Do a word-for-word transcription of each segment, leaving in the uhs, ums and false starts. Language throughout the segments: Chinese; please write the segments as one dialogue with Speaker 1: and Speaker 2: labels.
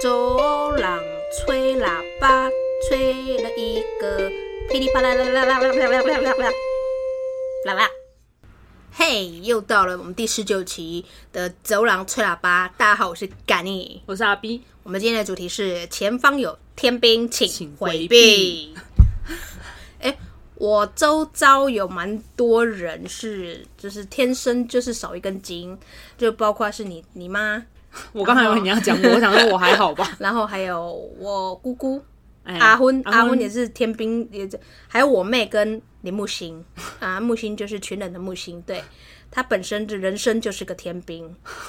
Speaker 1: 走廊吹喇叭，吹了一个噼里啪啦啦啦啦啦啦啦啦啦啦啦。嘿，又到了我们第十九期的走廊吹喇叭。大家好，我是甘尼，
Speaker 2: 我是阿 B。
Speaker 1: 我们今天的主题是前方有天兵，请回
Speaker 2: 回
Speaker 1: 避。哎，我周遭有蛮多人是，就是天生就是少一根筋，就包括是你你妈。
Speaker 2: 我刚才以为你要讲我，我想说我还好吧。
Speaker 1: 然后还有我姑姑、
Speaker 2: 哎、
Speaker 1: 阿昏，
Speaker 2: 阿
Speaker 1: 阿昏也是天兵，也还有我妹跟林木星啊，木星就是群人的木星，对，他本身的人生就是个天兵。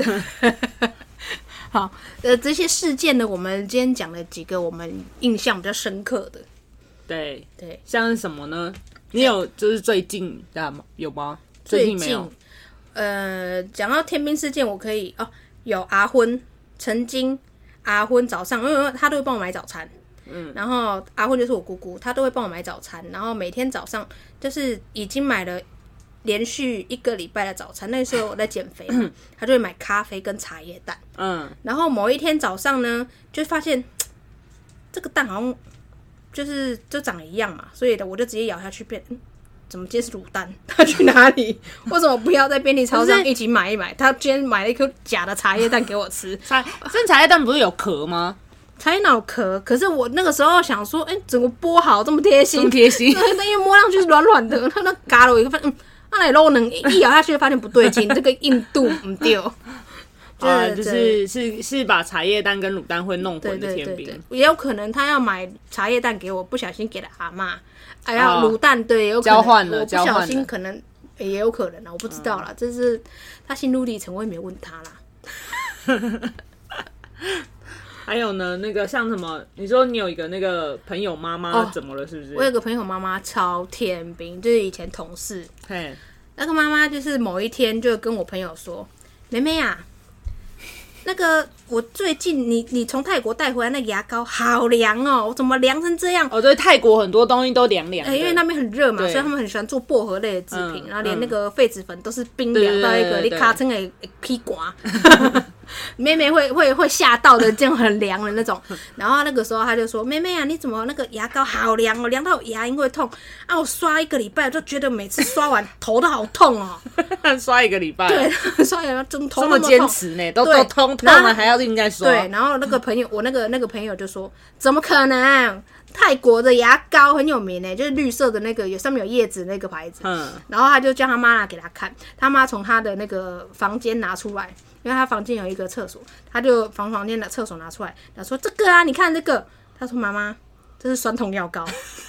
Speaker 1: 好，呃，这些事件呢，我们今天讲了几个我们印象比较深刻的。
Speaker 2: 对
Speaker 1: 对，
Speaker 2: 像是什么呢？你有就是最近的有吗？最近没有。
Speaker 1: 呃，讲到天兵事件，我可以哦，有阿昏，曾经阿昏早上，因为他都会帮我买早餐。嗯，然后阿昏就是我姑姑，她都会帮我买早餐，然后每天早上就是已经买了连续一个礼拜的早餐。那时候我在减肥嘛，她就会买咖啡跟茶叶蛋。嗯，然后某一天早上呢，就发现这个蛋好像就是就长得一样嘛，所以我就直接咬下去变。嗯怎么今天是卤蛋？他去哪里？为什么不要在便利超商一起买一买？他今天买了一颗假的茶叶蛋给我吃。
Speaker 2: 茶这茶叶蛋不是有壳吗？
Speaker 1: 茶叶蛋有壳，可是我那个时候想说，哎、欸，怎么剥好这么贴心？
Speaker 2: 这么贴心，
Speaker 1: 因为摸上去是软软的，他那嘎了我一个发现，嗯，那来肉能一咬下去发现不对劲，这个硬度不对。
Speaker 2: 啊，就是是是把茶叶蛋跟卤蛋会弄混的天兵，
Speaker 1: 对对对对，也有可能他要买茶叶蛋给我，不小心给了阿嬷，哎呀，卤蛋对，也有可能
Speaker 2: 交换了，
Speaker 1: 我不小心可能也有可能啦，我不知道啦，这是他心路历程，我也没问他啦。
Speaker 2: 还有呢，那个像什么？你说你有一个那个朋友妈妈怎么了？是不是？
Speaker 1: 我有个朋友妈妈超天兵，就是以前同事，
Speaker 2: 嘿，
Speaker 1: 那个妈妈就是某一天就跟我朋友说：“妹妹啊。”那个，我最近你你从泰国带回来那个牙膏好凉哦，我怎么凉成这样？
Speaker 2: 哦，对，泰国很多东西都凉凉的、
Speaker 1: 欸，因为那边很热嘛，所以他们很喜欢做薄荷类的制品，嗯、然后连那个痱子粉都是冰凉到一个你卡称的屁刮，妹妹会会会吓到的，这样很凉的那种。然后那个时候他就说：“妹妹啊，你怎么那个牙膏好凉哦，凉到牙龈会痛啊！我刷一个礼拜，就觉得每次刷完头都好痛哦。”
Speaker 2: 刷一个礼拜，
Speaker 1: 对，刷一个真头
Speaker 2: 这么坚持呢，都都痛痛了还要硬再刷。
Speaker 1: 对，然后那个朋友，我那个那个朋友就说：“怎么可能？泰国的牙膏很有名呢，就是绿色的那个，有上面有叶子那个牌子。”嗯，然后他就叫他妈拿给他看，他妈从他的那个房间拿出来，因为他房间有一个厕所，他就房房间的厕所拿出来，他说：“这个啊，你看这个。”他说：“妈妈，这是酸痛药膏。”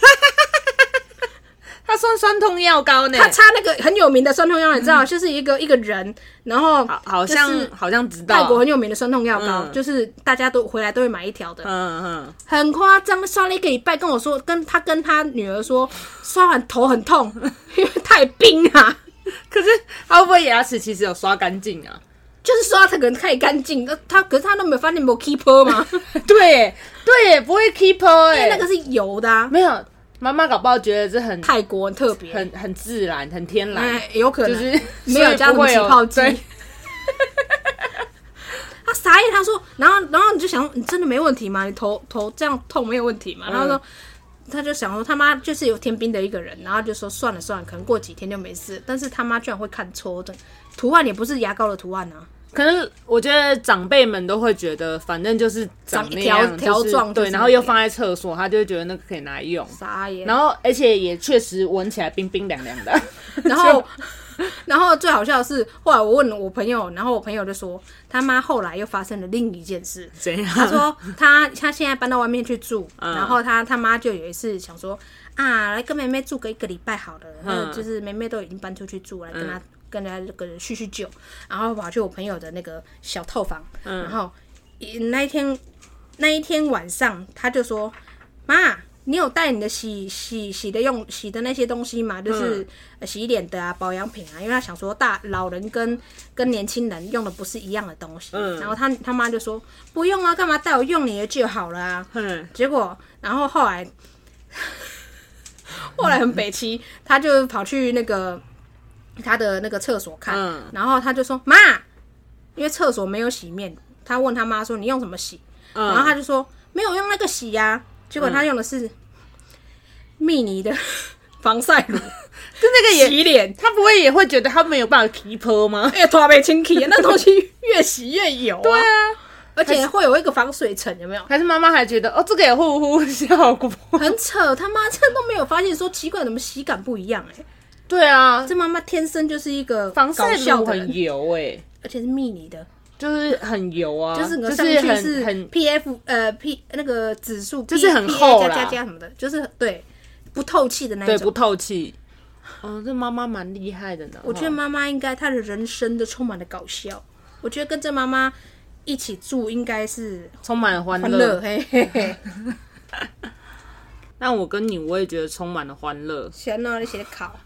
Speaker 2: 他算酸痛药膏呢，
Speaker 1: 他擦那个很有名的酸痛药膏，你知道，就是一个一个人，然后
Speaker 2: 好好像好像知道
Speaker 1: 泰国很有名的酸痛药膏，嗯、就是大家都回来都会买一条的，嗯嗯，很夸张，刷了一个礼拜，跟我说，跟他跟他女儿说，刷完头很痛，因为太冰啊。
Speaker 2: 可是他会不会牙齿其实有刷干净啊？
Speaker 1: 就是刷它可能太干净，他可是他都没有发现没有 keeper 吗？
Speaker 2: 对耶，对耶，不会 keeper 哎，
Speaker 1: 因为那个是油的啊，
Speaker 2: 没有。妈妈搞不好觉得这很
Speaker 1: 泰国很特别，
Speaker 2: 很很自然，很天然，
Speaker 1: 欸、有可能
Speaker 2: 就是
Speaker 1: 没有加什么起泡剂。他傻眼，他说，然后然后你就想，你真的没问题吗？你头头这样痛没有问题吗？嗯、然后说，他就想说他妈就是有天兵的一个人，然后就说算了算了，可能过几天就没事。但是他妈居然会看错的图案，也不是牙膏的图案啊。
Speaker 2: 可能我觉得长辈们都会觉得，反正就是长那样，
Speaker 1: 条状、
Speaker 2: 就是、对，然后又放在厕所，他就会觉得那个可以拿来用。
Speaker 1: 傻眼。
Speaker 2: 然后而且也确实闻起来冰冰凉凉的。
Speaker 1: 然后，然后最好笑的是，后来我问我朋友，然后我朋友就说，他妈后来又发生了另一件事。
Speaker 2: 怎样？
Speaker 1: 他说他他现在搬到外面去住，嗯、然后他他妈就有一次想说啊，来跟妹妹住个一个礼拜好了，嗯、就是妹妹都已经搬出去住了，来跟他。嗯跟人家跟人叙叙旧，然后跑去我朋友的那个小套房，嗯、然后那一天那一天晚上，他就说：“妈，你有带你的洗洗洗的用洗的那些东西吗？就是洗脸的啊，保养品啊。因为他想说大老人跟跟年轻人用的不是一样的东西。嗯、然后他他妈就说不用啊，干嘛带我用你的就好了啊。嗯、结果然后后来后来很北七，他就跑去那个。他的那个厕所看，嗯、然后他就说：“妈，因为厕所没有洗面，他问他妈说：‘你用什么洗？’ 嗯、然后他就说没有用那个洗呀、啊，结果他用的是蜜妮的防晒乳，
Speaker 2: 就那个也
Speaker 1: 洗脸，
Speaker 2: 他不会也会觉得他没有办法 keep 吗？
Speaker 1: 哎、欸，头没清洗，那东西越洗越油、啊。
Speaker 2: 对啊，
Speaker 1: 而且会有一个防水层，有没有？
Speaker 2: 还是妈妈还觉得哦，这个有护肤效果，
Speaker 1: 很扯。他妈真的都没有发现说奇怪，怎么洗感不一样、欸？哎，
Speaker 2: 对啊，
Speaker 1: 这妈妈天生就是一个
Speaker 2: 防晒乳
Speaker 1: 很
Speaker 2: 很油哎、欸，
Speaker 1: 而且是蜜妮的。
Speaker 2: 就是很油啊，
Speaker 1: 就是
Speaker 2: 就是
Speaker 1: 上去是
Speaker 2: 很
Speaker 1: P F 呃 P 那个指数，
Speaker 2: 就是很厚啦，
Speaker 1: 加加加什么的，就是对不透气的那一种，
Speaker 2: 对不透气。哦，这妈妈蛮厉害的呢。
Speaker 1: 我觉得妈妈应该她的人生都充满了搞笑。我觉得跟这妈妈一起住应该是
Speaker 2: 充满了欢乐，
Speaker 1: 欢乐嘿嘿嘿。
Speaker 2: 但我跟你，我也觉得充满了欢乐。
Speaker 1: 先让你写考，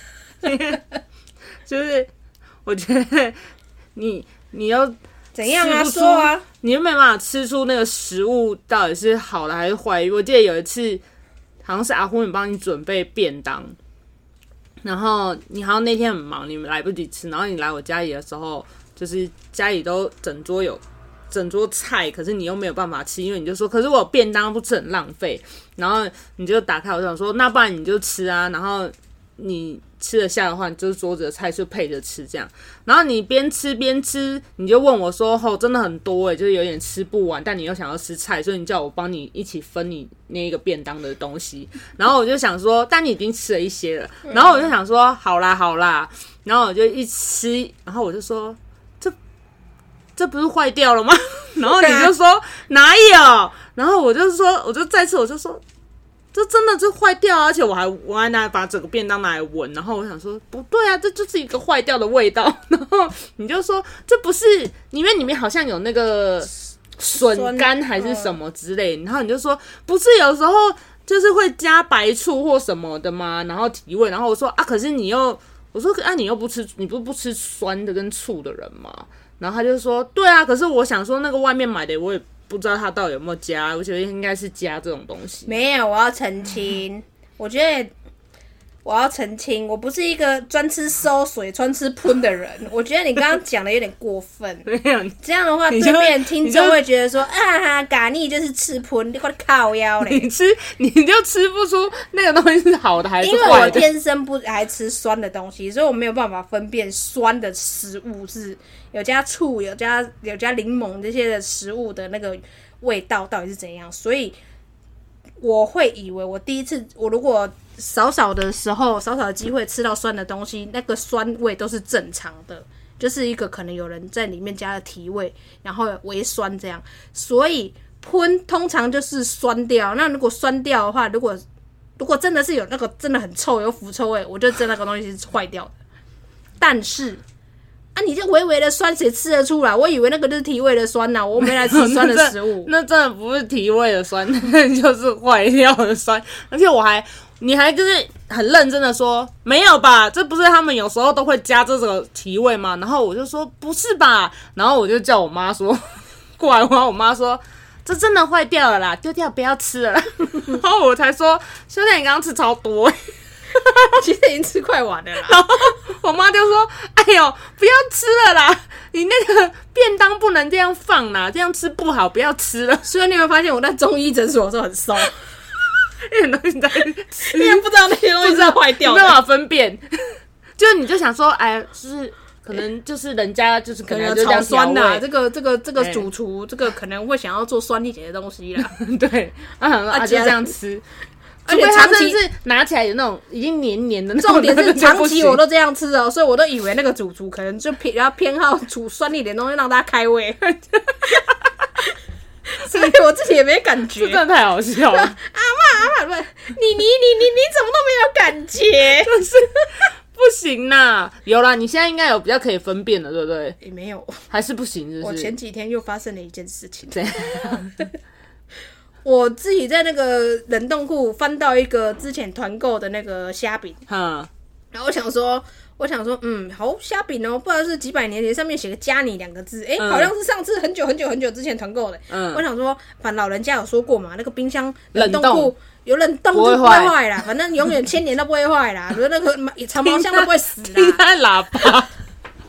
Speaker 2: 就是我觉得你。你要
Speaker 1: 怎样啊？说啊！
Speaker 2: 你又没办法吃出那个食物到底是好的还是坏。我记得有一次，好像是阿昏帮你准备便当，然后你好像那天很忙，你们来不及吃，然后你来我家里的时候，就是家里都整桌有整桌菜，可是你又没有办法吃，因为你就说，可是我有便当不吃很浪费，然后你就打开，我想说，那不然你就吃啊，然后你。吃得下的话，你就是桌子的菜就配着吃这样。然后你边吃边吃，你就问我说：“哦，真的很多哎，就是有点吃不完，但你又想要吃菜，所以你叫我帮你一起分你那一个便当的东西。”然后我就想说，但你已经吃了一些了，然后我就想说，好啦好啦，然后我就一吃，然后我就说：“这这不是坏掉了吗？”然后你就说：“哪有？”然后我就说，我就再次我就说。这真的就坏掉、啊，而且我还我还拿把整个便当拿来闻，然后我想说不对啊，这就是一个坏掉的味道。然后你就说这不是，因为里面好像有那个笋干还是什么之类，然后你就说不是，有时候就是会加白醋或什么的吗？然后提味，然后我说啊，可是你又我说啊，你又不吃，你不是不吃酸的跟醋的人吗？然后他就说对啊，可是我想说那个外面买的我也。不知道他到底有没有加，我觉得应该是加这种东西。
Speaker 1: 没有，我要澄清。我觉得我要澄清，我不是一个专吃馊水、专吃喷的人。我觉得你刚刚讲的有点过分。这样的话，对面听众会觉得说啊，嘎尼就是吃喷，你快靠腰嘞！
Speaker 2: 你吃你就吃不出那个东西是好的还是坏的。
Speaker 1: 因为我天生不爱吃酸的东西，所以我没有办法分辨酸的食物是。有加醋、有加有加柠檬这些的食物的那个味道到底是怎样？所以我会以为我第一次，我如果少少的时候、少少的机会吃到酸的东西，那个酸味都是正常的，就是一个可能有人在里面加了提味，然后微酸这样。所以喷通常就是酸掉。那如果酸掉的话，如果如果真的是有那个真的很臭、有腐臭味，我就知道那个东西是坏掉的。但是。啊！你这微微的酸，谁吃得出来？我以为那个就是提味的酸呐、啊，我没来吃酸的食物
Speaker 2: 那。那真的不是提味的酸，那就是坏掉的酸。而且我还，你还就是很认真的说，没有吧？这不是他们有时候都会加这个提味吗？然后我就说不是吧？然后我就叫我妈说过来，我我妈说这真的坏掉了啦，丢掉不要吃了啦。然后我才说，兄弟，你刚刚吃超多、欸。
Speaker 1: 其实已经吃快完了啦，
Speaker 2: 然后我妈就说：“哎呦，不要吃了啦！你那个便当不能这样放啦，这样吃不好，不要吃了。”
Speaker 1: 所以你有没有发现我在中医诊所的时候很瘦，
Speaker 2: 因为东西在吃，
Speaker 1: 因为不知道那些东西是坏掉的，
Speaker 2: 没办法分辨。就你就想说，哎，就是可能就是人家就是可能就
Speaker 1: 炒酸的、啊，这个这个这个
Speaker 2: 欸、
Speaker 1: 主厨这个可能会想要做酸一点的东西啦。
Speaker 2: 对，他想说啊，就这样吃。
Speaker 1: 而且长期
Speaker 2: 是拿起来有那种已经黏黏的那种，
Speaker 1: 重点是长期我都这样吃哦，所以我都以为那个主厨可能就偏要偏好煮酸一点的东西让大家开胃，所以我自己也没感觉，
Speaker 2: 真的太好笑了。阿
Speaker 1: 嬷阿嬷，你你你你你怎么都没有感觉？
Speaker 2: 就是不行啦，有啦，你现在应该有比较可以分辨的，对不对？
Speaker 1: 也没有，
Speaker 2: 还是不行是不是？
Speaker 1: 我前几天又发生了一件事情，
Speaker 2: 怎样？
Speaker 1: 我自己在那个冷冻库翻到一个之前团购的那个虾饼，
Speaker 2: 嗯，
Speaker 1: 然后我想说，我想说，嗯，好虾饼哦，不知道是几百年前，上面写个嘉妮两个字，哎、欸嗯，好像是上次很久很久很久之前团购的。嗯，我想说，反正老人家有说过嘛，那个冰箱冷冻库有冷冻就不会坏啦，反正永远千年都不会坏啦，那个长毛象都不会死啦。
Speaker 2: 听他喇叭。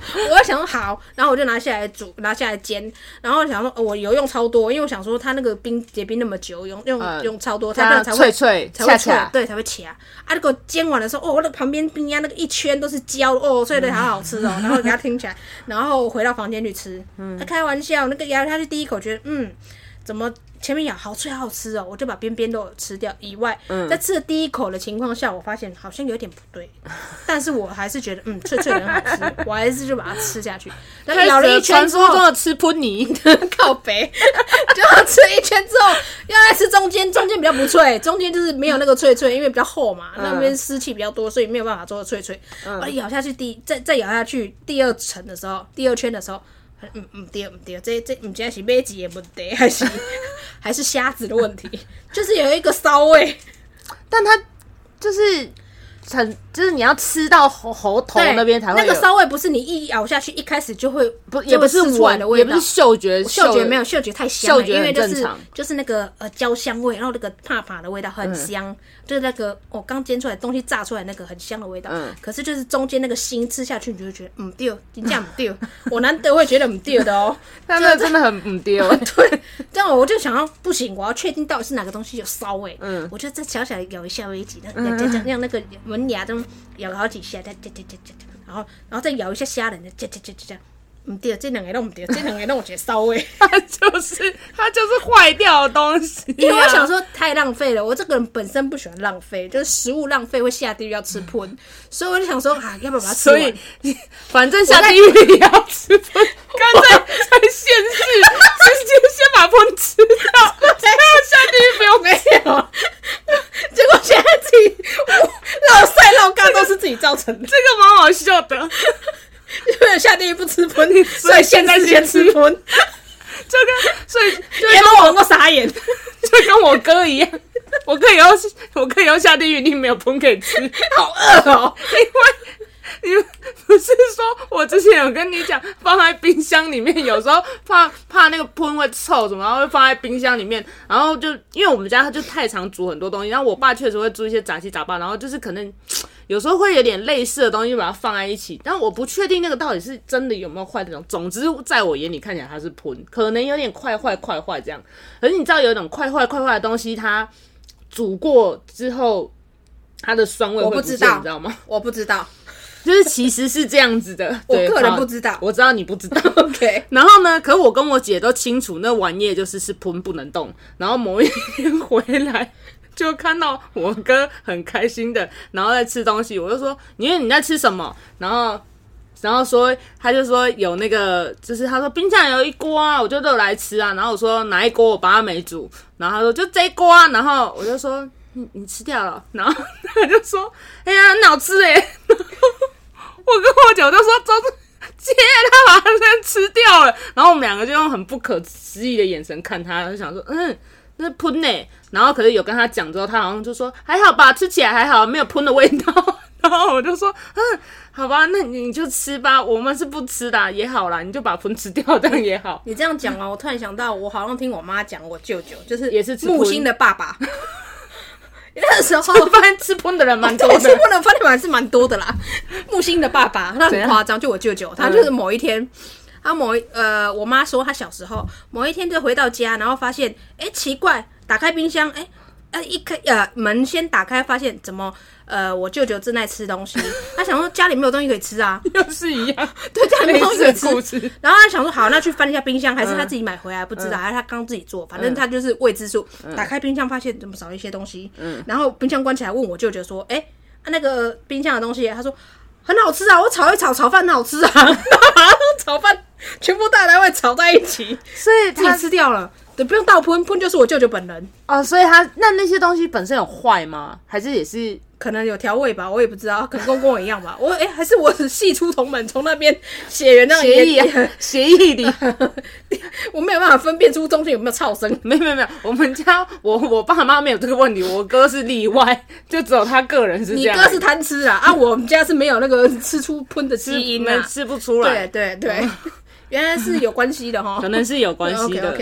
Speaker 1: 我就想说好，然后我就拿下来煮，拿下来煎，然后想说、哦、我油用超多，因为我想说它那个冰结冰那么久，用用、呃、用超多，它那个才会
Speaker 2: 脆脆
Speaker 1: 才会脆，
Speaker 2: 恰恰
Speaker 1: 对，才会掐。啊，那个煎完的时候，哦，我那个旁边冰压那个一圈都是焦，哦，所以对，好好吃哦。然后给它听起来，然后回到房间去吃。嗯，啊、开玩笑，那个咬下去第一口觉得，嗯，怎么？前面咬好脆好好吃哦，我就把边边都有吃掉。以外，嗯、在吃了第一口的情况下，我发现好像有点不对，但是我还是觉得嗯脆脆的很好吃，我还是就把它吃下去。然后咬了一圈之后，
Speaker 2: 传说中的吃喷泥
Speaker 1: 靠北，就吃一圈之后，要来吃中间，中间比较不脆，中间就是没有那个脆脆，因为比较厚嘛，嗯、那边湿气比较多，所以没有办法做的脆脆。嗯、我咬下去第再再咬下去第二层的时候，第二圈的时候。嗯嗯对嗯对，这这唔知是马吉的问题，还是还是虾子的问题，就是有一个骚味，
Speaker 2: 但它就是很就是你要吃到喉喉头那边才会有
Speaker 1: 那个骚味，不是你一咬下去一开始就会
Speaker 2: 不也不是闻的味道，也不是嗅觉，
Speaker 1: 嗅觉没有嗅觉太香了，
Speaker 2: 嗅觉很正常，
Speaker 1: 因为就是就是那个呃焦香味，然后那个怕怕的味道很香，嗯、就是那个我刚、哦、煎出来的东西炸出来那个很香的味道。嗯，可是就是中间那个心吃下去，你就会觉得嗯对，真正唔对，我难得会觉得唔对的哦，
Speaker 2: 他那真的很唔对。
Speaker 1: 对，这样我就想要不行，我要确定到底是哪个东西有骚味。嗯，我就再小小的咬一下为止，让让那个门牙中咬好几下，再然后然后再咬一下虾仁，再再再再。唔对，这两个都唔对，这两个都我觉得骚味。
Speaker 2: 它就是它就是坏掉的东西、啊。
Speaker 1: 因为我想说太浪费了，我这个人本身不喜欢浪费，就是食物浪费会下地狱要吃喷，所以我就想说啊，要不要把它吃完？
Speaker 2: 所以反正下地狱也要吃喷，刚才在现世直接先把喷吃掉，这样下地狱不用
Speaker 1: 没有。结果现在自己落晒落干都是自己造成的，
Speaker 2: 这个蛮好笑的。
Speaker 1: 因为下地狱不吃喷，所以现在先吃喷，
Speaker 2: 就跟所以就
Speaker 1: 连我能够傻眼，
Speaker 2: 就跟我哥一样，我哥以后我哥以后下地狱一定没有喷可以吃，
Speaker 1: 好饿哦，
Speaker 2: 因为你不是说我之前有跟你讲放在冰箱里面，有时候怕怕那个喷会臭什么，然后会放在冰箱里面，然后就因为我们家他就太常煮很多东西，然后我爸确实会煮一些杂七杂八，然后就是可能。有时候会有点类似的东西把它放在一起，但我不确定那个到底是真的有没有坏这种。总之，在我眼里看起来它是喷，可能有点快坏快坏这样。可是你知道有一种快坏快坏的东西，它煮过之后，它的酸味会不见，你知道吗？
Speaker 1: 我不知道，
Speaker 2: 就是其实是这样子的。
Speaker 1: 我个人不知道，
Speaker 2: 我知道你不知道。
Speaker 1: OK。
Speaker 2: 然后呢，可是我跟我姐都清楚，那玩意就是是喷不能动。然后某一天回来。就看到我哥很开心的，然后在吃东西，我就说：“因为你在吃什么？”然后，然后说他就说有那个，就是他说冰箱有一锅啊，我就都来吃啊。然后我说哪一锅？我爸没煮。然后他说就这一锅啊。然后我就说你你吃掉了。然后他就说：“哎呀，很好吃哎。”我跟我姐就说：“周姐，他把它吃掉了。”然后我们两个就用很不可思议的眼神看他，就想说：“嗯。”那是喷欸，然后可是有跟他讲之后，他好像就说还好吧，吃起来还好，没有喷的味道。然后我就说，嗯，好吧，那你就吃吧，我们是不吃的、啊、也好啦，你就把喷吃掉，这样也好。
Speaker 1: 你这样讲啊，我突然想到，我好像听我妈讲，我舅舅就是
Speaker 2: 也是
Speaker 1: 木星的爸爸。那时候
Speaker 2: 发现吃喷的人蛮多的，
Speaker 1: 吃喷的发现还是蛮多的啦。木星的爸爸他很夸张，就我舅舅，他就是某一天。他某一呃，我妈说她小时候某一天就回到家，然后发现，哎，奇怪，打开冰箱，哎，呃，一开呃门先打开，发现怎么呃我舅舅正在吃东西，他想说家里没有东西可以吃啊，
Speaker 2: 又是一样，
Speaker 1: 对，家里没有东西可以
Speaker 2: 吃，
Speaker 1: 吃然后他想说好，那去翻一下冰箱，还是他自己买回来，不知道，嗯、还是他刚自己做，反正他就是未知数。嗯、打开冰箱发现怎么少一些东西，嗯，然后冰箱关起来，问我舅舅说，哎，啊、那个冰箱的东西，他说很好吃啊，我炒一炒炒饭很好吃啊，然后把它炒饭。全部大单位炒在一起，
Speaker 2: 所以
Speaker 1: 自己吃掉了，对，不用倒喷，喷就是我舅舅本人
Speaker 2: 哦。所以他那那些东西本身有坏吗？还是也是
Speaker 1: 可能有调味吧？我也不知道，可能跟跟我一样吧。我哎、欸，还是我系出同门，从那边血缘那
Speaker 2: 协议啊，协议里，
Speaker 1: 我没有办法分辨出中间有没有噪声。
Speaker 2: 没有没有没有，我们家我我爸妈没有这个问题，我哥是例外，就只有他个人是这样。
Speaker 1: 你哥是贪吃啊，啊，我们家是没有那个吃出喷的基因啊，
Speaker 2: 吃不出来。
Speaker 1: 对对对。原来是有关系的齁，
Speaker 2: 可能是有关系的。
Speaker 1: OK OK，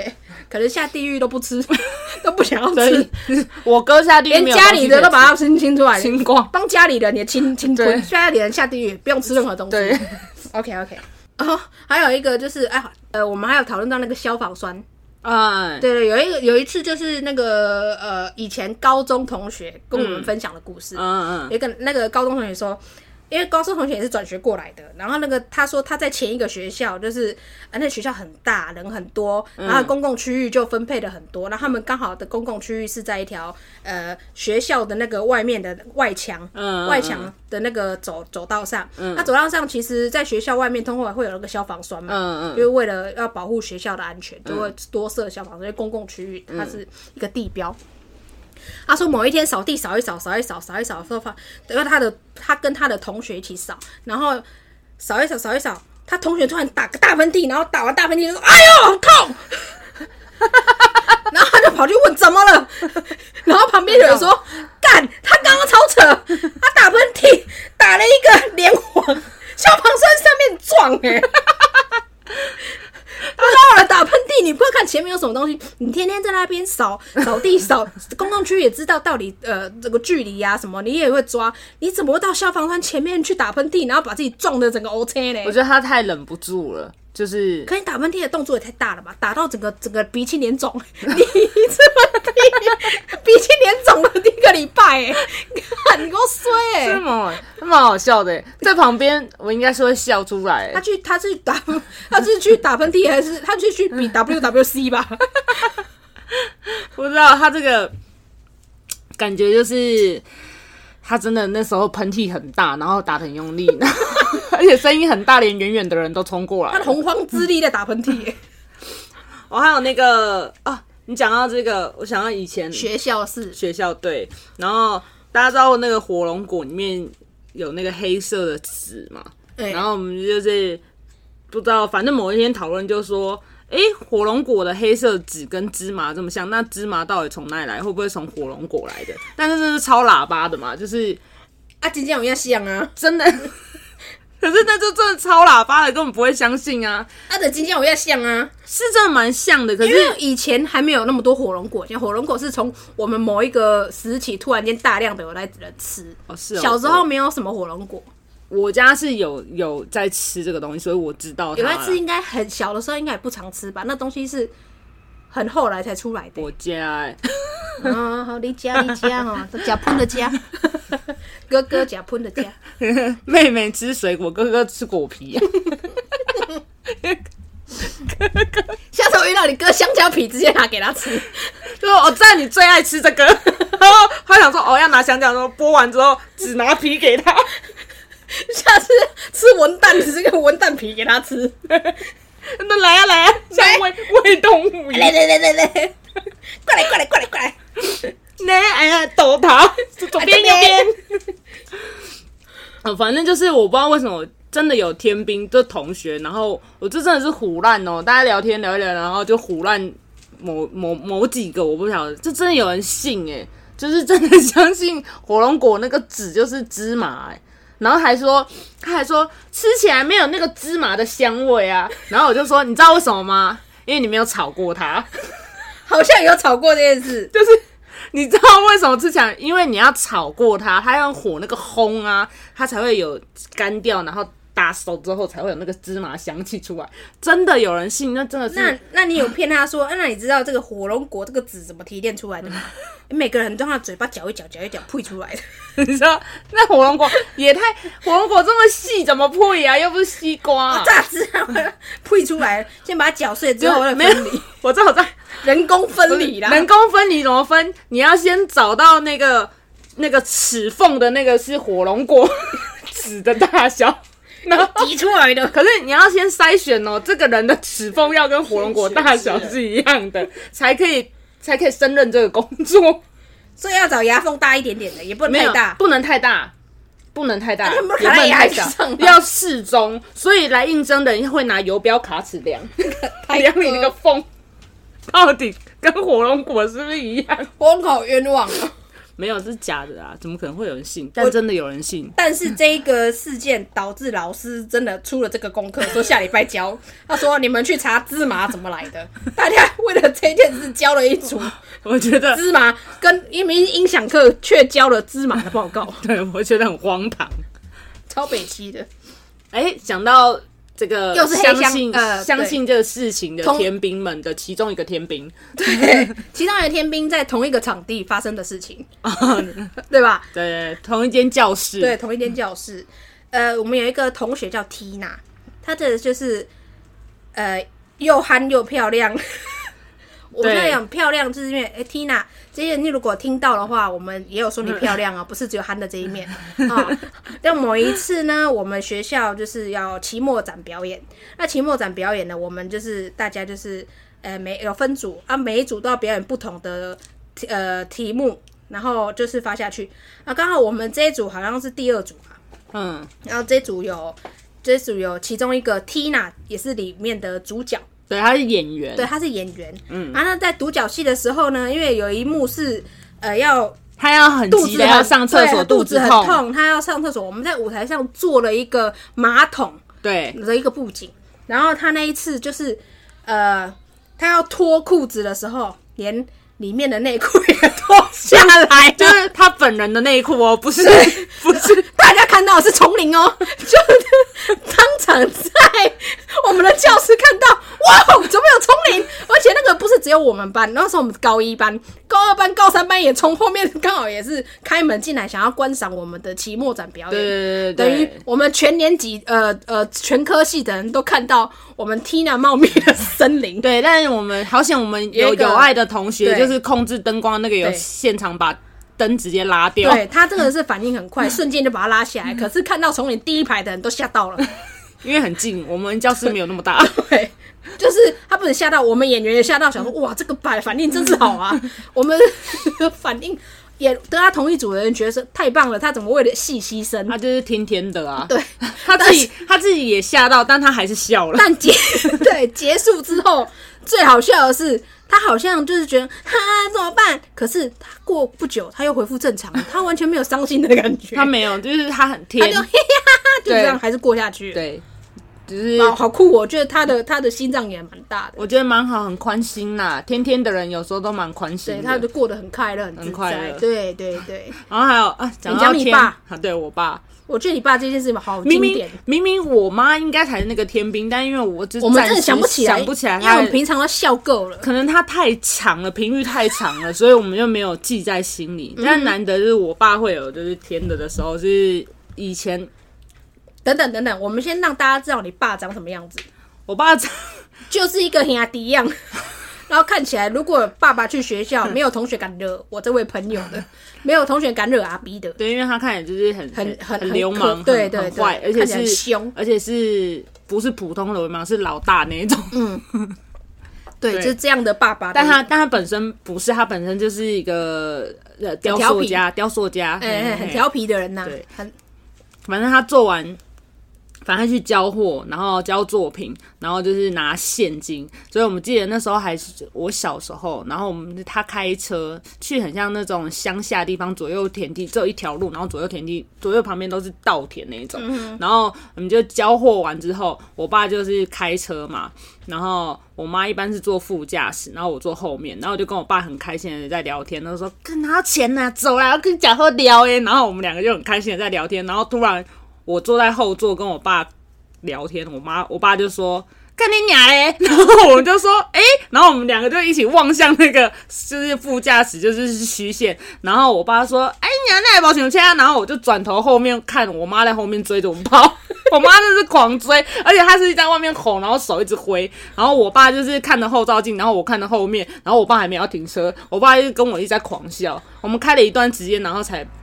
Speaker 1: 可能下地狱都不吃，都不想要吃。
Speaker 2: 我哥下地狱没有，
Speaker 1: 连家里的都把它清清出来，
Speaker 2: 清光，
Speaker 1: 帮家里人也清清吞，家里人下地狱不用吃任何东西。
Speaker 2: 对
Speaker 1: ，OK OK。哦，还有一个就是哎，呃，我们还有讨论到那个消防栓。
Speaker 2: 啊，
Speaker 1: 对对，有一个有一次就是那个呃，以前高中同学跟我们分享的故事。嗯嗯，有一个那个高中同学说。因为高中同学也是转学过来的，然后那个他说他在前一个学校就是啊，那学校很大，人很多，然后公共区域就分配的很多，然后他们刚好的公共区域是在一条呃学校的那个外面的外墙，嗯，外墙的那个走走道上，嗯，那走道上其实在学校外面通常会有那个消防栓嘛，嗯嗯，因为为了要保护学校的安全，就会多设消防栓，因为公共区域它是一个地标。他说某一天扫地扫一扫扫一扫扫一扫的时候，因为他的他跟他的同学一起扫，然后扫一扫扫一扫，他同学突然打个大喷嚏，然后打完大喷嚏就说：“哎呦，好痛！”然后他就跑去问怎么了，然后旁边有人说：“干，他刚刚超扯，他打喷嚏打了一个连环，消防栓上面撞哎、欸。”他让人打喷嚏，你不会看前面有什么东西，你天天在那边扫扫地扫公共区也知道到底呃这个距离啊什么，你也会抓，你怎么会到消防栓前面去打喷嚏，然后把自己撞的整个 O K 呢？
Speaker 2: 我觉得他太忍不住了，就是。
Speaker 1: 可你打喷嚏的动作也太大了吧，打到整个整个鼻青脸肿，你一次喷嚏鼻青脸肿了一个礼拜哎，你给我衰哎，
Speaker 2: 是吗？蛮好笑的，在旁边我应该是会笑出来。
Speaker 1: 他去他是打他是去打喷嚏还是他去去比 W W C 吧？
Speaker 2: 不知道他这个感觉就是他真的那时候喷嚏很大，然后打得很用力，而且声音很大，连远远的人都冲过来。
Speaker 1: 他洪荒之力在打喷嚏。
Speaker 2: 我、哦、还有那个啊，你讲到这个，我想到以前
Speaker 1: 学校是
Speaker 2: 学校对，然后大家知道那个火龙果里面有那个黑色的籽嘛，欸、然后我们就是不知道，反正某一天讨论就说，哎、欸，火龙果的黑色籽跟芝麻这么像，那芝麻到底从哪里来？会不会从火龙果来的？但是这是超喇叭的嘛，就是
Speaker 1: 啊，真正有影像啊，
Speaker 2: 真的。可是那就真的超喇叭的，根本不会相信啊！
Speaker 1: 啊，的真正有影像啊，
Speaker 2: 是真的蛮像的。可是
Speaker 1: 因为以前还没有那么多火龙果，像火龙果是从我们某一个时期突然间大量的有来人吃。
Speaker 2: 哦，是哦。
Speaker 1: 小时候没有什么火龙果，
Speaker 2: 我家是有有在吃这个东西，所以我知道它。
Speaker 1: 有在吃，应该很小的时候应该也不常吃吧？那东西是很后来才出来的。
Speaker 2: 我家哎、
Speaker 1: 欸，哦，好，你家你家哦，假喷的家。哥哥假喷的家，
Speaker 2: 妹妹吃水果，哥哥吃果皮、啊。
Speaker 1: 下次我遇到你哥香蕉皮，直接拿给他吃，
Speaker 2: 就说我知道你最爱吃这个，然后他想说哦要拿香蕉，说剥完之后只拿皮给他。
Speaker 1: 下次吃文蛋，只是个文蛋皮给他吃。
Speaker 2: 那来啊来啊，像喂喂动物一样，
Speaker 1: 来来来来来，过来过来过来过来。
Speaker 2: 来，哎呀，抖他，左边右边。哦，反正就是我不知道为什么真的有天兵的同学，然后我这真的是唬烂哦，大家聊天聊一聊，然后就唬烂某某某几个，我不晓得，这真的有人信哎，就是真的相信火龙果那个籽就是芝麻哎，然后还说他还说吃起来没有那个芝麻的香味啊，然后我就说你知道为什么吗？因为你没有炒过它，
Speaker 1: 好像有炒过这件事，
Speaker 2: 就是。你知道为什么吃起来？因为你要炒过它，它用火那个烘啊，它才会有干掉，然后打熟之后才会有那个芝麻香气出来。真的有人信？那真的是
Speaker 1: 那那你有骗他说？啊、那你知道这个火龙果这个籽怎么提炼出来的吗？每个人都用嘴巴嚼一嚼，嚼一嚼，配出来的。
Speaker 2: 你知道那火龙果也太火龙果这么细，怎么配啊？又不是西瓜、啊，
Speaker 1: 榨汁啊，配出来，先把它搅碎之后再分离。
Speaker 2: 我知道，我知道。
Speaker 1: 人工分离啦，
Speaker 2: 人工分离怎么分？你要先找到那个那个齿缝的那个是火龙果籽的大小，然后
Speaker 1: 挤出来的。
Speaker 2: 可是你要先筛选哦，这个人的齿缝要跟火龙果大小是一样的，才可以才可以胜任这个工作。
Speaker 1: 所以要找牙缝大一点点的，也不能太大，
Speaker 2: 不能太大。不能太大，
Speaker 1: 啊、
Speaker 2: 也不能太小，要适中。所以来应征的人会拿游标卡尺量，量你那个缝。到底跟火龙果是不是一样？
Speaker 1: 火龙果冤枉啊！
Speaker 2: 没有，这是假的啊，怎么可能会有人信？但真的有人信。
Speaker 1: 但是这一个事件导致老师真的出了这个功课，说下礼拜教。他说你们去查芝麻怎么来的，大家为了这件事教了一组。
Speaker 2: 我觉得
Speaker 1: 芝麻跟一名音响课却教了芝麻的报告，
Speaker 2: 对我觉得很荒唐，
Speaker 1: 超北七的。
Speaker 2: 哎，讲到这个
Speaker 1: 又是黑箱
Speaker 2: 相信、
Speaker 1: 呃、
Speaker 2: 相信这个事情的天兵们的其中一个天兵，
Speaker 1: 对，其中一个天兵在同一个场地发生的事情，对吧？
Speaker 2: 对，同一间教室，
Speaker 1: 对，同一间教室。呃，我们有一个同学叫 Tina， 她这就是呃又憨又漂亮。我跟你讲漂亮，就是因为哎 ，Tina， 这些你如果听到的话，我们也有说你漂亮啊，不是只有憨的这一面啊。但某一次呢，我们学校就是要期末展表演，那期末展表演呢，我们就是大家就是呃每有分组啊，每一组都要表演不同的呃题目，然后就是发下去啊。刚好我们这一组好像是第二组吧，嗯，然后这一组有这一组有其中一个 Tina 也是里面的主角。
Speaker 2: 对，他是演员，
Speaker 1: 对，他是演员。嗯，然后在独角戏的时候呢，因为有一幕是呃要
Speaker 2: 他要很急的要上厕所，
Speaker 1: 肚
Speaker 2: 子
Speaker 1: 很痛，他要上厕所。我们在舞台上做了一个马桶，
Speaker 2: 对
Speaker 1: 的一个布景。然后他那一次就是呃，他要脱裤子的时候，连里面的内裤也脱下来，
Speaker 2: 就是他本人的内裤哦，不是不是，
Speaker 1: 大家看到的是丛林哦，就是当场在我们的教室看到，哇，怎么有丛林？而且那个不是只有我们班，那时候我们高一班、高二班、高三班也从后面刚好也是开门进来，想要观赏我们的期末展表演。
Speaker 2: 对对对对，
Speaker 1: 等于我们全年级呃呃全科系的人都看到我们 Tina 茂密的森林。
Speaker 2: 对，但是我们好险，我们有有爱的同学，就是控制灯光那个有现场把灯直接拉掉。
Speaker 1: 对，他真的是反应很快，瞬间就把它拉下来。可是看到丛林第一排的人都吓到了。
Speaker 2: 因为很近，我们教室没有那么大。
Speaker 1: 对，就是他不止吓到我们演员，也吓到，想说哇，这个反反应真是好啊！我们反应也跟他同一组的人觉得是太棒了，他怎么为了戏牺牲？
Speaker 2: 他就是天天的啊。
Speaker 1: 对，
Speaker 2: 他自己他自己也吓到，但他还是笑了。
Speaker 1: 但结对结束之后，最好笑的是，他好像就是觉得哈怎么办？可是他过不久他又恢复正常了，他完全没有伤心的感觉。
Speaker 2: 他没有，就是他很甜，
Speaker 1: 他就嘿哈哈，就这样还是过下去。
Speaker 2: 对。就是
Speaker 1: 好酷、哦，我觉得他的他的心脏也蛮大的，
Speaker 2: 我觉得蛮好，很宽心啦。天天的人有时候都蛮宽心的，
Speaker 1: 对，他就过得很快乐，很自在，
Speaker 2: 很快乐，
Speaker 1: 对对对。
Speaker 2: 然后还有啊，讲到
Speaker 1: 你爸，
Speaker 2: 啊，对我爸，
Speaker 1: 我觉得你爸这件事好经典。
Speaker 2: 明明明明我妈应该才是那个天兵，但因为我就
Speaker 1: 我们真的想不起来，
Speaker 2: 想不起来，
Speaker 1: 因为我们平常都笑够了，
Speaker 2: 可能他太长了，频率太长了，所以我们就没有记在心里。嗯、但难得就是我爸会有就是天的的时候，就是以前。
Speaker 1: 等等等等，我们先让大家知道你爸长什么样子。
Speaker 2: 我爸长
Speaker 1: 就是一个兄弟样，然后看起来，如果爸爸去学校，没有同学敢惹我这位朋友的，没有同学敢惹阿 B 的。
Speaker 2: 对，因为他看起来就是很
Speaker 1: 很很
Speaker 2: 很流氓，
Speaker 1: 对对
Speaker 2: 对，坏，而且是
Speaker 1: 凶，
Speaker 2: 而且是不是普通的流氓，是老大那一种。嗯，
Speaker 1: 对，就是这样的爸爸。
Speaker 2: 但他但他本身不是，他本身就是一个呃雕塑家，雕塑家，
Speaker 1: 哎、欸，很调皮的人呐、啊。
Speaker 2: 对，
Speaker 1: 很，
Speaker 2: 反正他做完。反正去交货，然后交作品，然后就是拿现金。所以我们记得那时候还是我小时候，然后我们他开车去很像那种乡下地方，左右田地只有一条路，然后左右田地左右旁边都是稻田那种。嗯、然后我们就交货完之后，我爸就是开车嘛，然后我妈一般是坐副驾驶，然后我坐后面，然后我就跟我爸很开心的在聊天，他说跟拿钱呐、啊，走啦，要跟你讲话聊耶。然后我们两个就很开心的在聊天，然后突然。我坐在后座跟我爸聊天，我妈我爸就说干你娘嘞，然后我们就说哎、欸，然后我们两个就一起望向那个就是副驾驶就是虚线，然后我爸说哎娘那保险车，然后我就转头后面看我妈在后面追着我们跑，我妈就是狂追，而且她是在外面吼，然后手一直挥，然后我爸就是看着后照镜，然后我看着后面，然后我爸还没有要停车，我爸就跟我一直在狂笑，我们开了一段时间，然后才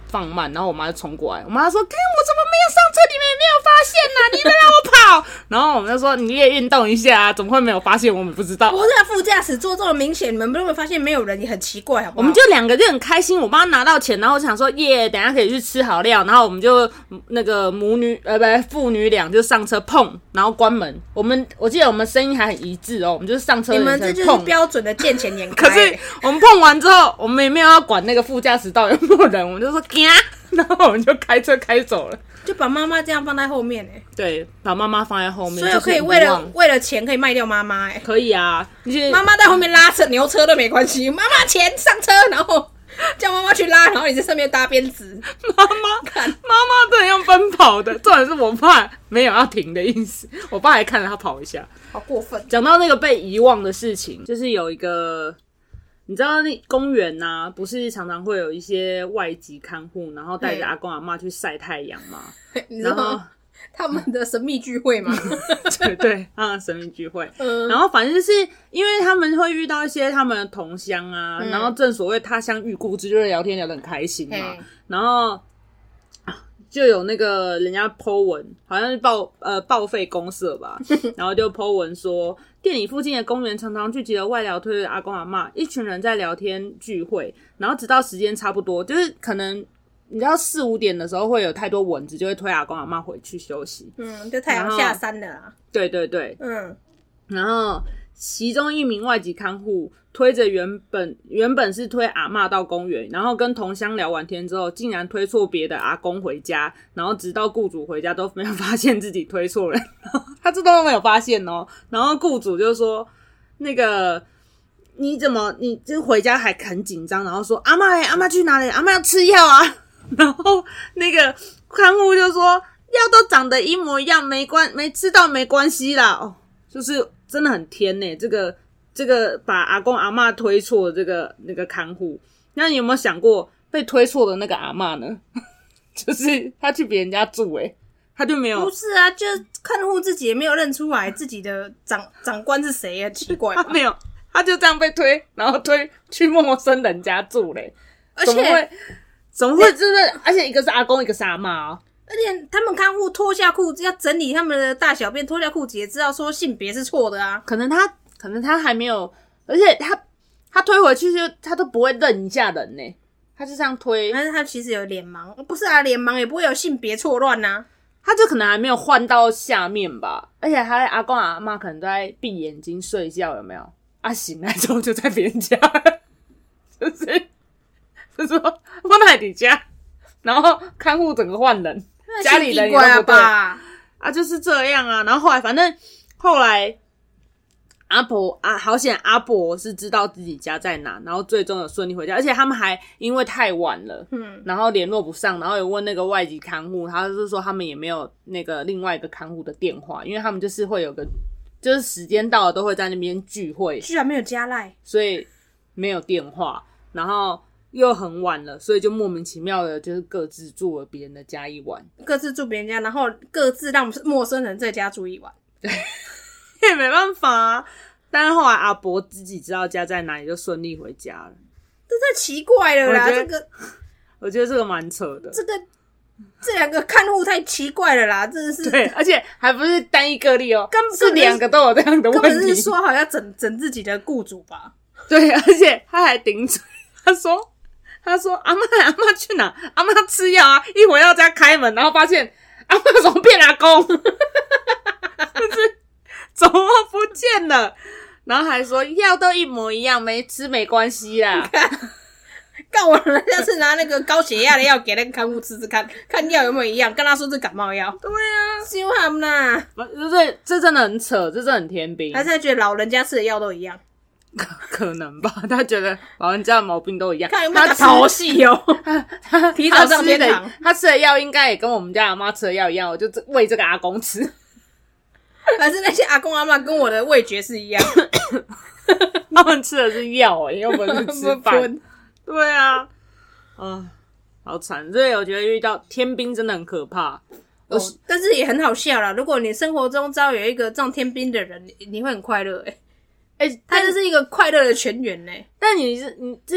Speaker 2: 放慢，然后我妈就冲过来，我妈说：“看我怎么没有上车，你们也没有发现呐、啊？你们让我跑。”然后我们就说：“你也运动一下啊，怎么会没有发现？我们不知道。”
Speaker 1: 不是、啊、副驾驶座这么明显，你们有没有发现没有人也很奇怪，好不好？
Speaker 2: 我们就两个就很开心，我帮他拿到钱，然后我想说耶，等一下可以去吃好料，然后我们就那个母女呃不父女俩就上车碰，然后关门。我们我记得我们声音还很一致哦，我们就是上车
Speaker 1: 你们这就是标准的见钱眼开。
Speaker 2: 可是我们碰完之后，我们也没有要管那个副驾驶道有没有人，我们就说惊，然后我们就开车开走了。
Speaker 1: 就把妈妈这样放在后面哎、欸，
Speaker 2: 对，把妈妈放在后面，
Speaker 1: 所以可以为了为了钱可以卖掉妈妈哎，
Speaker 2: 可以啊，
Speaker 1: 妈妈在后面拉车牛车都没关系，妈妈钱上车，然后叫妈妈去拉，然后你在上面搭鞭子，
Speaker 2: 妈妈看妈妈真的用奔跑的，重点是我爸没有要停的意思，我爸还看着他跑一下，
Speaker 1: 好过分。
Speaker 2: 讲到那个被遗忘的事情，就是有一个。你知道那公园啊，不是常常会有一些外籍看护，然后带着阿公阿嬷去晒太阳吗？
Speaker 1: 你知道他们的神秘聚会吗？
Speaker 2: 对对，他们的神秘聚会。嗯、然后反正就是因为他们会遇到一些他们的同乡啊，嗯、然后正所谓他乡遇故知，就是聊天聊得很开心嘛。然后就有那个人家 po 文，好像是报呃报废公社吧，然后就 po 文说。店里附近的公园常常聚集了外劳推的阿公阿嬷，一群人在聊天聚会，然后直到时间差不多，就是可能你知道四五点的时候会有太多蚊子，就会推阿公阿嬷回去休息。
Speaker 1: 嗯，就太阳下山了啦。
Speaker 2: 对对对，
Speaker 1: 嗯。
Speaker 2: 然后其中一名外籍看护推着原本原本是推阿嬷到公园，然后跟同乡聊完天之后，竟然推错别的阿公回家，然后直到雇主回家都没有发现自己推错人，他这都没有发现哦。然后雇主就说：“那个你怎么你就回家还很紧张，然后说阿嬷、欸、阿嬷去哪里？阿嬷要吃药啊。”然后那个看护就说：“药都长得一模一样，没关没吃到没关系啦。”哦，就是真的很天欸，这个。这个把阿公阿嬷推错的这个那个看护，那你有没有想过被推错的那个阿嬷呢？就是他去别人家住诶、欸，他就没有
Speaker 1: 不是啊，就是看护自己也没有认出来自己的长长官是谁啊，奇怪吧，
Speaker 2: 他没有，他就这样被推，然后推去陌生人家住嘞、欸，
Speaker 1: 而且
Speaker 2: 怎么会怎么会就是，而且一个是阿公，一个是阿嬷哦。
Speaker 1: 而且他们看护脱下裤子要整理他们的大小便，脱下裤子也知道说性别是错的啊，
Speaker 2: 可能他。可能他还没有，而且他他推回去就他都不会认一下人呢，他就这样推。
Speaker 1: 但是他其实有脸盲，不是啊，脸盲也不会有性别错乱呐。
Speaker 2: 他就可能还没有换到下面吧，而且他阿公阿嬷可能都在闭眼睛睡觉，有没有？啊，醒来之后就在别人家，就是就说放在你家，然后看护整个换人，家里人也都不对啊，就是这样啊。然后后来反正后来。阿婆啊，好险！阿婆是知道自己家在哪，然后最终有顺利回家，而且他们还因为太晚了，嗯，然后联络不上，然后有问那个外籍看护，他是说他们也没有那个另外一个看护的电话，因为他们就是会有个，就是时间到了都会在那边聚会，
Speaker 1: 居然没有加赖，
Speaker 2: 所以没有电话，然后又很晚了，所以就莫名其妙的，就是各自住了别人的家一晚，
Speaker 1: 各自住别人家，然后各自让陌生人在家住一晚，
Speaker 2: 对。也没办法啊，但是后来阿伯自己知道家在哪里，就顺利回家了。
Speaker 1: 这太奇怪了啦！这个，
Speaker 2: 我觉得这个蛮扯的。
Speaker 1: 这个这两个看护太奇怪了啦，真的是。
Speaker 2: 对，而且还不是单一个例哦，根本是两个都有这样的问题。
Speaker 1: 根本是说好要整整自己的雇主吧？
Speaker 2: 对，而且他还顶嘴，他说：“他说阿嬷阿嬷去哪？阿嬷吃药啊！一回到家开门，然后发现阿嬷怎么变阿公？”就是怎么不见了？然后还说药都一模一样，没吃没关系啦。
Speaker 1: 干我人家是拿那个高血压的药给那个看护吃吃看，看药有没有一样，跟他说是感冒药。
Speaker 2: 对啊，
Speaker 1: 凶悍啦！
Speaker 2: 这这真的很扯，这真的很天兵。
Speaker 1: 他现在觉得老人家吃的药都一样，
Speaker 2: 可可能吧？他觉得老人家的毛病都一样。
Speaker 1: 看有没有淘戏哦，他他提早上天堂。
Speaker 2: 他吃的药应该也跟我们家阿妈吃的药一样，我就喂这个阿公吃。
Speaker 1: 还是那些阿公阿嬷跟我的味觉是一样，
Speaker 2: 他们吃的是药诶、欸，又不是吃饭。对啊，啊，好惨！所以我觉得遇到天兵真的很可怕。
Speaker 1: 哦，但是也很好笑啦。如果你生活中遭有一个中天兵的人，你, 你会很快乐诶、欸。诶、欸，他就是一个快乐的泉源呢、欸。
Speaker 2: 但你是你这是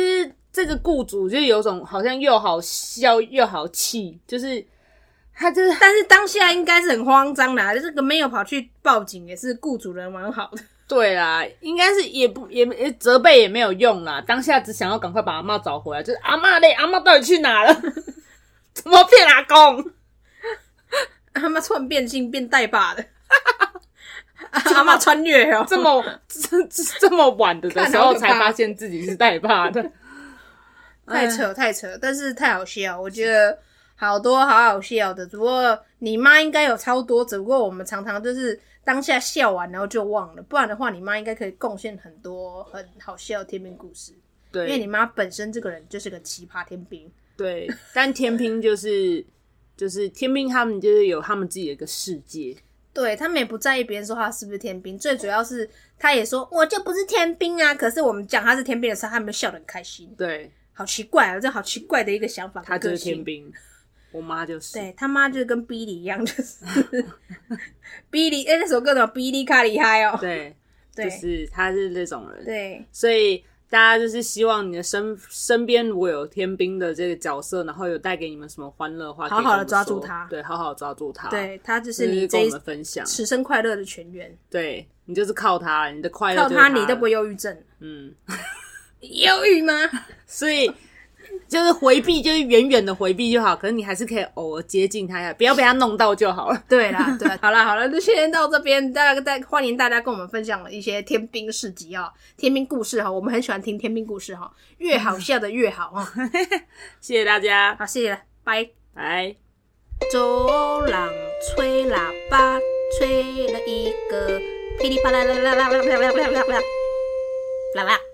Speaker 2: 这个雇主就有种好像又好笑又好气，就是他就是，
Speaker 1: 但是当下应该是很慌张的、啊，这个没有跑去报警，也是雇主人蛮好的。
Speaker 2: 对啦，应该是也不也也责备也没有用啦，当下只想要赶快把阿嬷找回来，就是阿嬷嘞，阿嬷到底去哪了？怎么骗阿公？
Speaker 1: 阿嬷突然变性变代爸的。阿嬷穿越哦，
Speaker 2: 这么这这么晚的的时候才发现自己是代爸的，
Speaker 1: 太扯太扯，但是太好笑，我觉得好多好好笑的。只不过你妈应该有超多，只不过我们常常就是当下笑完然后就忘了，不然的话你妈应该可以贡献很多很好笑的天兵故事。对，因为你妈本身这个人就是个奇葩天兵。
Speaker 2: 对，但天兵就是就是天兵他们就是有他们自己的一个世界。
Speaker 1: 对，他们也不在意别人说他是不是天兵，最主要是他也说我就不是天兵啊，可是我们讲他是天兵的时候他们笑得很开心。
Speaker 2: 对，
Speaker 1: 好奇怪啊，这好奇怪的一个想法。
Speaker 2: 他就是天兵，我妈就是。
Speaker 1: 对，他妈就跟 Billy 一样，就是 Billy 哎、欸，那首歌叫 Billy 卡厉害哦。
Speaker 2: 对，对，就是他是那种人。
Speaker 1: 对，
Speaker 2: 所以大家就是希望你的身身边如果有天兵的这个角色，然后有带给你们什么欢乐的话，
Speaker 1: 好好的抓住他。
Speaker 2: 对，好好抓住他。
Speaker 1: 对，他就是你这一
Speaker 2: 跟我们分享
Speaker 1: 此生快乐的泉源。
Speaker 2: 对，你就是靠他，你的快乐
Speaker 1: 靠他，你都不会忧郁症。嗯，忧郁吗？所以
Speaker 2: 就是回避，就是远远的回避就好。可是你还是可以偶尔接近他一下，不要被他弄到就好了。
Speaker 1: 对啦，对啦，好啦好啦，就先到这边。大家欢迎大家跟我们分享一些天兵事迹啊、喔，天兵故事哈，我们很喜欢听天兵故事哈，越好笑的越好哈。
Speaker 2: 谢谢大家，
Speaker 1: 好，谢谢了，拜
Speaker 2: 拜。
Speaker 1: 走廊吹喇叭，吹了一个噼里啪啦啦啦啦啦啦啦啦啦啦啦。